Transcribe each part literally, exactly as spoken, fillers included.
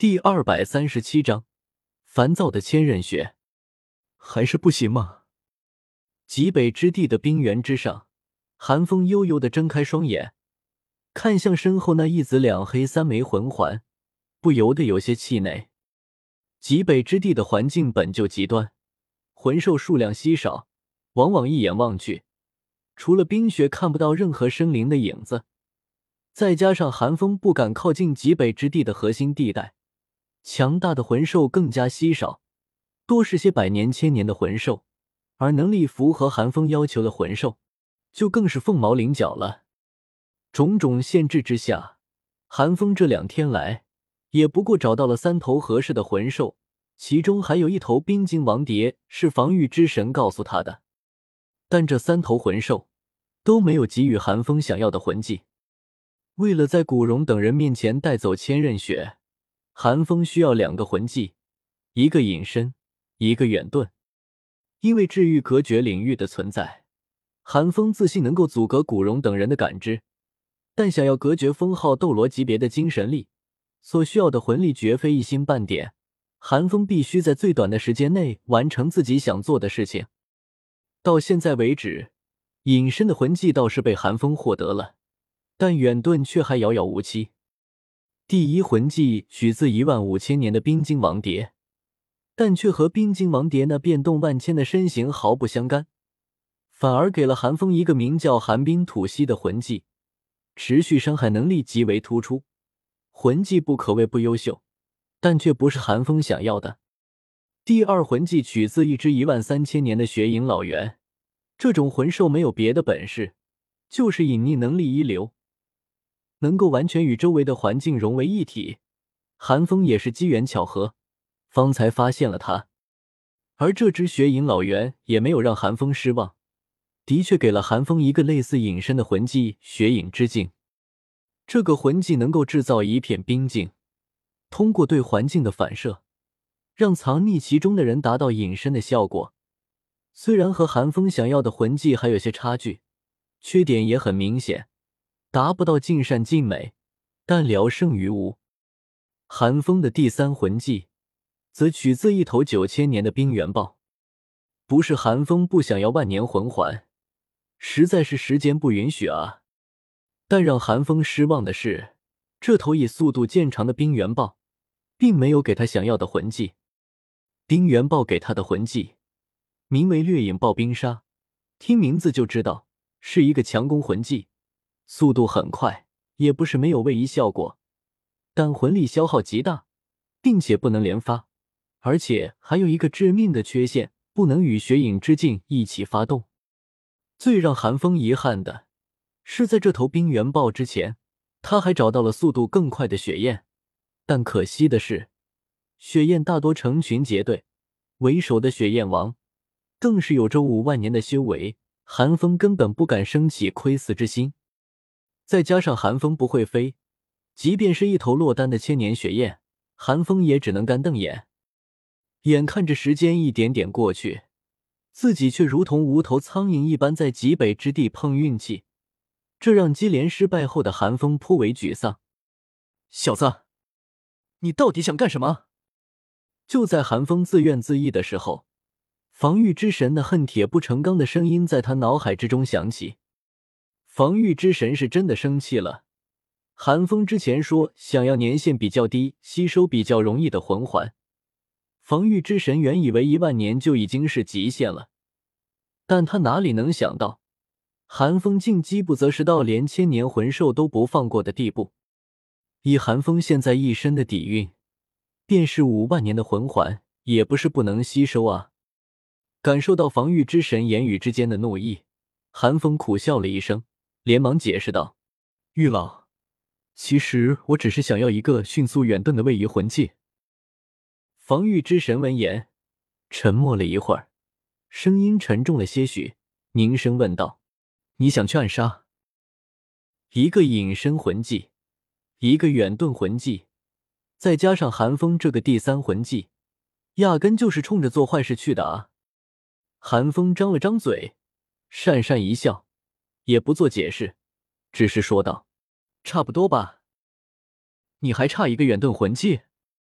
第二百三十七章，烦躁的千仞雪。还是不行吗？极北之地的冰原之上，寒风悠悠地睁开双眼，看向身后那一紫两黑三枚魂环，不由得有些气馁。极北之地的环境本就极端，魂兽数量稀少，往往一眼望去，除了冰雪看不到任何生灵的影子。再加上寒风不敢靠近极北之地的核心地带，强大的魂兽更加稀少，多是些百年千年的魂兽，而能力符合寒风要求的魂兽就更是凤毛麟角了。种种限制之下，寒风这两天来也不过找到了三头合适的魂兽，其中还有一头冰晶王蝶是防御之神告诉他的，但这三头魂兽都没有给予寒风想要的魂技。为了在古荣等人面前带走千仞雪，寒风需要两个魂技，一个隐身，一个远遁。因为治愈隔绝领域的存在，寒风自信能够阻隔古荣等人的感知，但想要隔绝封号斗罗级别的精神力，所需要的魂力绝非一星半点，寒风必须在最短的时间内完成自己想做的事情。到现在为止，隐身的魂技倒是被寒风获得了，但远遁却还遥遥无期。第一魂技取自一万五千年的冰晶王蝶，但却和冰晶王蝶那变动万千的身形毫不相干，反而给了寒风一个名叫寒冰吐息的魂技，持续伤害能力极为突出。魂技不可谓不优秀，但却不是寒风想要的。第二魂技取自一只一万三千年的雪影老猿，这种魂兽没有别的本事，就是隐匿能力一流，能够完全与周围的环境融为一体。寒风也是机缘巧合，方才发现了它。而这只雪影老猿也没有让寒风失望，的确给了寒风一个类似隐身的魂技雪影之境。这个魂技能够制造一片冰镜，通过对环境的反射，让藏匿其中的人达到隐身的效果。虽然和寒风想要的魂技还有些差距，缺点也很明显，达不到尽善尽美，但聊胜于无。寒风的第三魂技则取自一头九千年的冰原豹。不是寒风不想要万年魂环，实在是时间不允许啊。但让寒风失望的是，这头以速度见长的冰原豹并没有给他想要的魂技。冰原豹给他的魂技名为掠影暴冰沙，听名字就知道是一个强攻魂技，速度很快，也不是没有位移效果，但魂力消耗极大，并且不能连发，而且还有一个致命的缺陷，不能与雪影之境一起发动。最让寒风遗憾的是，在这头冰原豹之前，他还找到了速度更快的雪燕，但可惜的是，雪燕大多成群结队，为首的雪燕王更是有着五万年的修为，寒风根本不敢生起窥伺之心。再加上寒风不会飞，即便是一头落单的千年雪燕，寒风也只能干瞪眼。眼看着时间一点点过去，自己却如同无头苍蝇一般在极北之地碰运气，这让接连失败后的寒风颇为沮丧。小子，你到底想干什么？就在寒风自怨自艾的时候，防御之神那恨铁不成钢的声音在他脑海之中响起。防御之神是真的生气了。寒风之前说想要年限比较低、吸收比较容易的魂环，防御之神原以为一万年就已经是极限了，但他哪里能想到，寒风竟饥不择食到连千年魂兽都不放过的地步。以寒风现在一身的底蕴，便是五万年的魂环也不是不能吸收啊。感受到防御之神言语之间的怒意，寒风苦笑了一声，连忙解释道：玉老，其实我只是想要一个迅速远遁的位移魂技。防御之神闻言沉默了一会儿，声音沉重了些许，凝声问道：你想去暗杀？一个隐身魂技，一个远遁魂技，再加上寒风这个第三魂技，压根就是冲着做坏事去的啊。寒风张了张嘴，讪讪一笑，也不做解释，只是说道：差不多吧。你还差一个远遁魂技？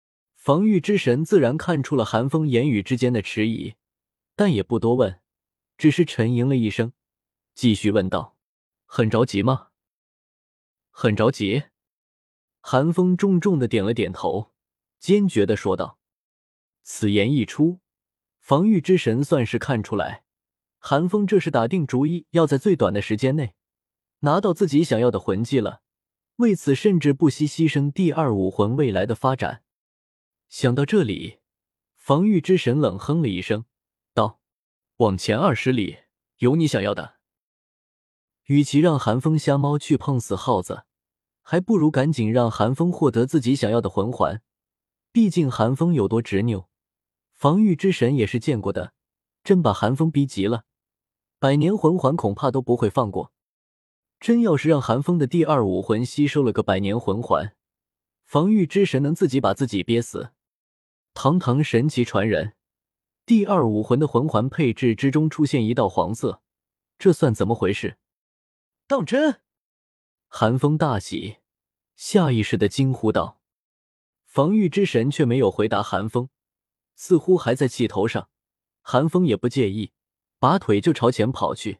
防御之神自然看出了韩风言语之间的迟疑，但也不多问，只是沉吟了一声，继续问道：很着急吗？很着急。韩风重重的点了点头，坚决的说道。此言一出，防御之神算是看出来，韩风这是打定主意要在最短的时间内拿到自己想要的魂技了，为此甚至不惜牺牲第二武魂未来的发展。想到这里，防御之神冷哼了一声，道：往前二十里，有你想要的。与其让韩风瞎猫去碰死耗子，还不如赶紧让韩风获得自己想要的魂环。毕竟韩风有多执拗，防御之神也是见过的，真把韩风逼急了，百年魂环恐怕都不会放过。真要是让韩风的第二武魂吸收了个百年魂环，防御之神能自己把自己憋死。堂堂神奇传人，第二武魂的魂环配置之中出现一道黄色，这算怎么回事？当真？韩风大喜，下意识地惊呼道。防御之神却没有回答韩风，似乎还在气头上。韩风也不介意，拔腿就朝前跑去。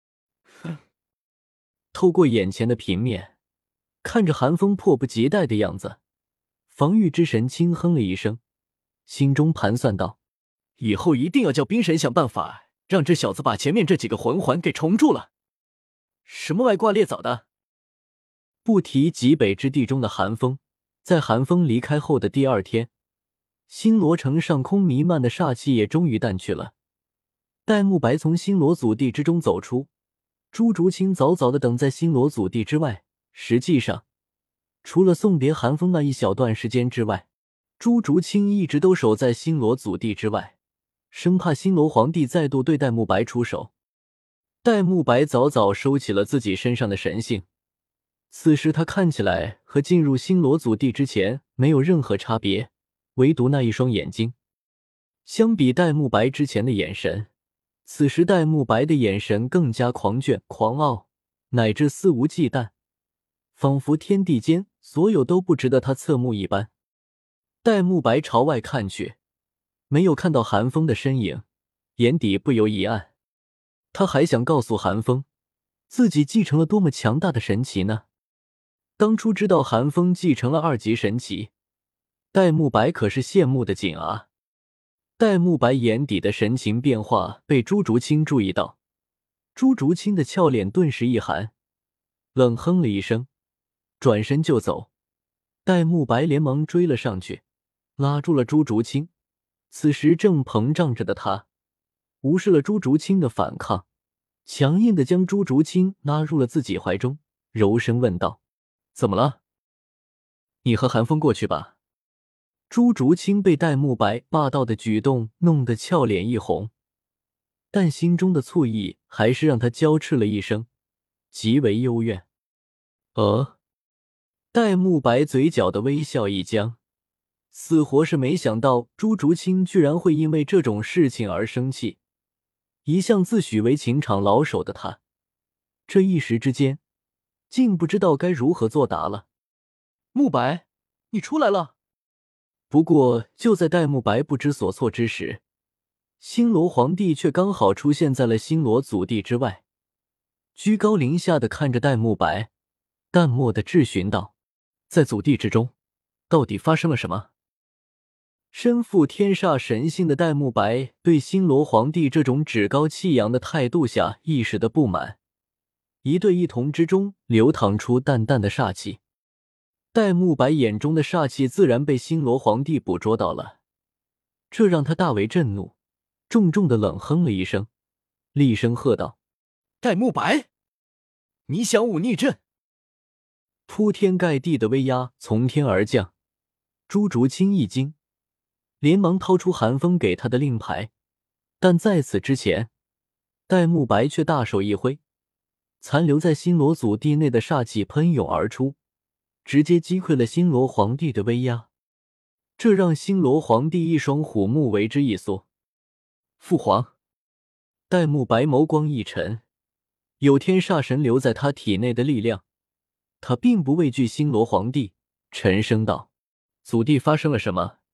透过眼前的平面，看着韩风迫不及待的样子，防御之神轻哼了一声，心中盘算道：以后一定要叫冰神想办法让这小子把前面这几个魂环给重住了。什么外挂猎枣的？不提极北之地中的寒风，在寒风离开后的第二天，星罗城上空弥漫的煞气也终于淡去了。戴沐白从星罗祖地之中走出，朱竹清早早的等在星罗祖地之外。实际上，除了送别寒风那一小段时间之外，朱竹清一直都守在星罗祖地之外，生怕星罗皇帝再度对戴沐白出手。戴沐白早早收起了自己身上的神性，此时他看起来和进入星罗祖地之前没有任何差别，唯独那一双眼睛。相比戴沐白之前的眼神，此时戴沐白的眼神更加狂狷、狂傲，乃至肆无忌惮，仿佛天地间所有都不值得他侧目一般。戴沐白朝外看去，没有看到寒风的身影，眼底不由一暗。他还想告诉寒风，自己继承了多么强大的神奇呢？当初知道寒风继承了二级神奇，戴沐白可是羡慕的紧啊。戴沐白眼底的神情变化被朱竹清注意到，朱竹清的俏脸顿时一寒，冷哼了一声，转身就走。戴沐白连忙追了上去，拉住了朱竹清。此时正膨胀着的他无视了朱竹清的反抗，强硬地将朱竹清拉入了自己怀中，柔声问道：怎么了？你和寒风过去吧。朱竹清被戴沐白霸道的举动弄得俏脸一红，但心中的醋意还是让他娇斥了一声，极为幽怨。呃，戴沐白嘴角的微笑一僵，死活是没想到朱竹清居然会因为这种事情而生气。一向自诩为情场老手的他，这一时之间竟不知道该如何作答了。沐白，你出来了。不过就在戴沐白不知所措之时，星罗皇帝却刚好出现在了星罗祖地之外，居高临下的看着戴沐白，淡漠的质询道：在祖地之中，到底发生了什么？身负天煞神性的戴沐白对星罗皇帝这种趾高气扬的态度下一时的不满，一对一瞳之中流淌出淡淡的煞气。戴沐白眼中的煞气自然被星罗皇帝捕捉到了，这让他大为震怒，重重的冷哼了一声，厉声喝道：戴沐白，你想忤逆朕？铺天盖地的威压从天而降，朱竹清一惊，连忙掏出寒风给他的令牌，但在此之前，戴沐白却大手一挥，残留在星罗祖地内的煞气喷涌而出，直接击溃了星罗皇帝的威压，这让星罗皇帝一双虎目为之一缩。父皇，戴沐白眸光一沉，有天煞神留在他体内的力量，他并不畏惧星罗皇帝，沉声道：祖地发生了什么？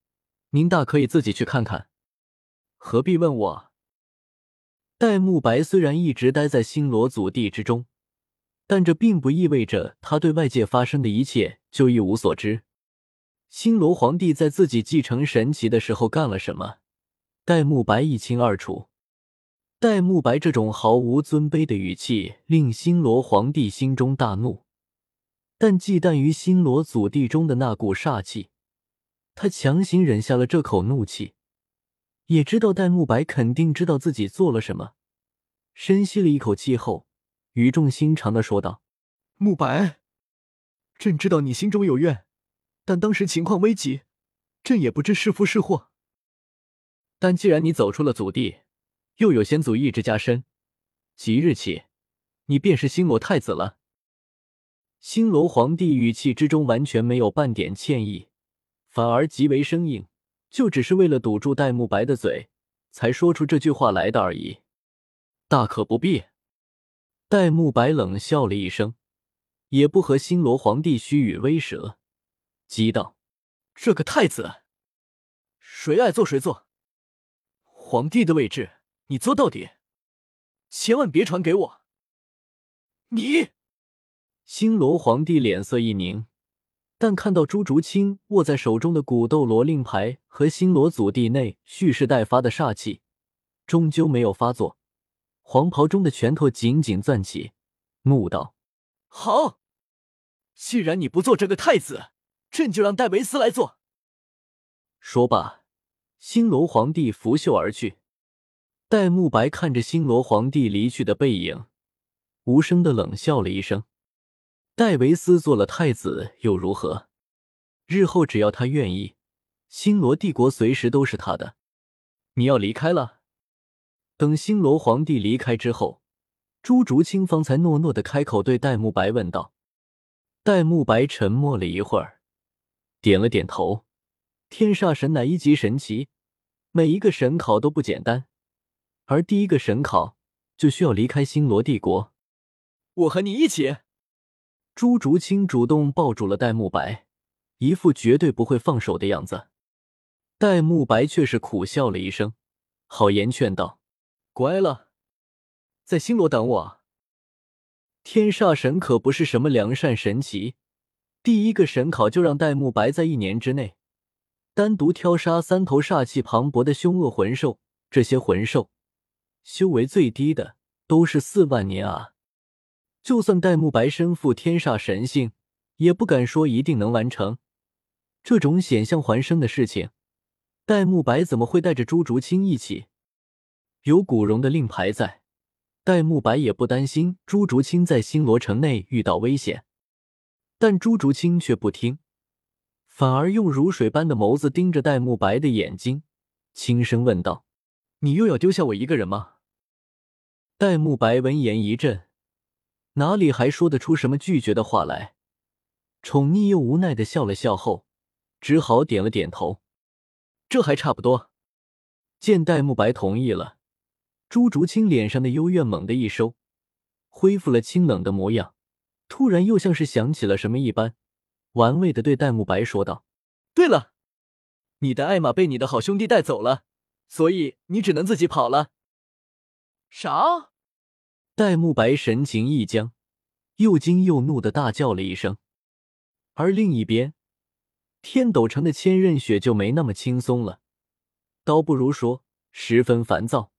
您大可以自己去看看，何必问我？戴沐白虽然一直待在星罗祖地之中，但这并不意味着他对外界发生的一切就一无所知。星罗皇帝在自己继承神旗的时候干了什么，戴沐白一清二楚。戴沐白这种毫无尊卑的语气令星罗皇帝心中大怒，但忌惮于星罗祖地中的那股煞气，他强行忍下了这口怒气，也知道戴沐白肯定知道自己做了什么。深吸了一口气后，语重心长地说道： 沐白，朕知道你心中有怨，但当时情况危急，朕也不知是福是祸。 但既然你走出了祖地，又有先祖意志加深，即日起，你便是星罗太子了。星罗皇帝语气之中完全没有半点歉意，反而极为生硬，就只是为了堵住戴沐白的嘴，才说出这句话来的而已。大可不必。戴沐白冷笑了一声，也不和星罗皇帝虚与委蛇，急道：这个太子，谁爱做谁做，皇帝的位置你坐到底，千万别传给我。你！星罗皇帝脸色一凝，但看到朱竹清握在手中的古斗罗令牌和星罗祖地内蓄势待发的煞气终究没有发作，黄袍中的拳头紧紧攥起，怒道：好，既然你不做这个太子，朕就让戴维斯来做。说罢，星罗皇帝拂袖而去。戴沐白看着星罗皇帝离去的背影，无声地冷笑了一声。戴维斯做了太子又如何？日后只要他愿意，星罗帝国随时都是他的。你要离开了？等星罗皇帝离开之后，朱竹清方才诺诺地开口对戴沐白问道。戴沐白沉默了一会儿，点了点头。天煞神乃一级神奇，每一个神考都不简单，而第一个神考就需要离开星罗帝国。我和你一起。朱竹清主动抱住了戴沐白，一副绝对不会放手的样子。戴沐白却是苦笑了一声，好言劝道：乖了，在星罗等我。天煞神可不是什么良善神奇，第一个神考就让戴沐白在一年之内单独挑杀三头煞气磅礴的凶恶魂兽，这些魂兽修为最低的都是四万年啊！就算戴沐白身负天煞神性，也不敢说一定能完成这种险象环生的事情。戴沐白怎么会带着朱竹清一起？有古荣的令牌在，戴沐白也不担心朱竹清在星罗城内遇到危险。但朱竹清却不听，反而用如水般的眸子盯着戴沐白的眼睛，轻声问道：你又要丢下我一个人吗？戴沐白闻言一震，哪里还说得出什么拒绝的话来，宠溺又无奈地笑了笑后，只好点了点头。这还差不多。见戴沐白同意了，朱竹清脸上的幽怨猛地一收，恢复了清冷的模样，突然又像是想起了什么一般，玩味地对戴沐白说道：对了，你的艾玛被你的好兄弟带走了，所以你只能自己跑了。啥？戴沐白神情一僵，又惊又怒地大叫了一声。而另一边，天斗城的千仞雪就没那么轻松了，倒不如说十分烦躁。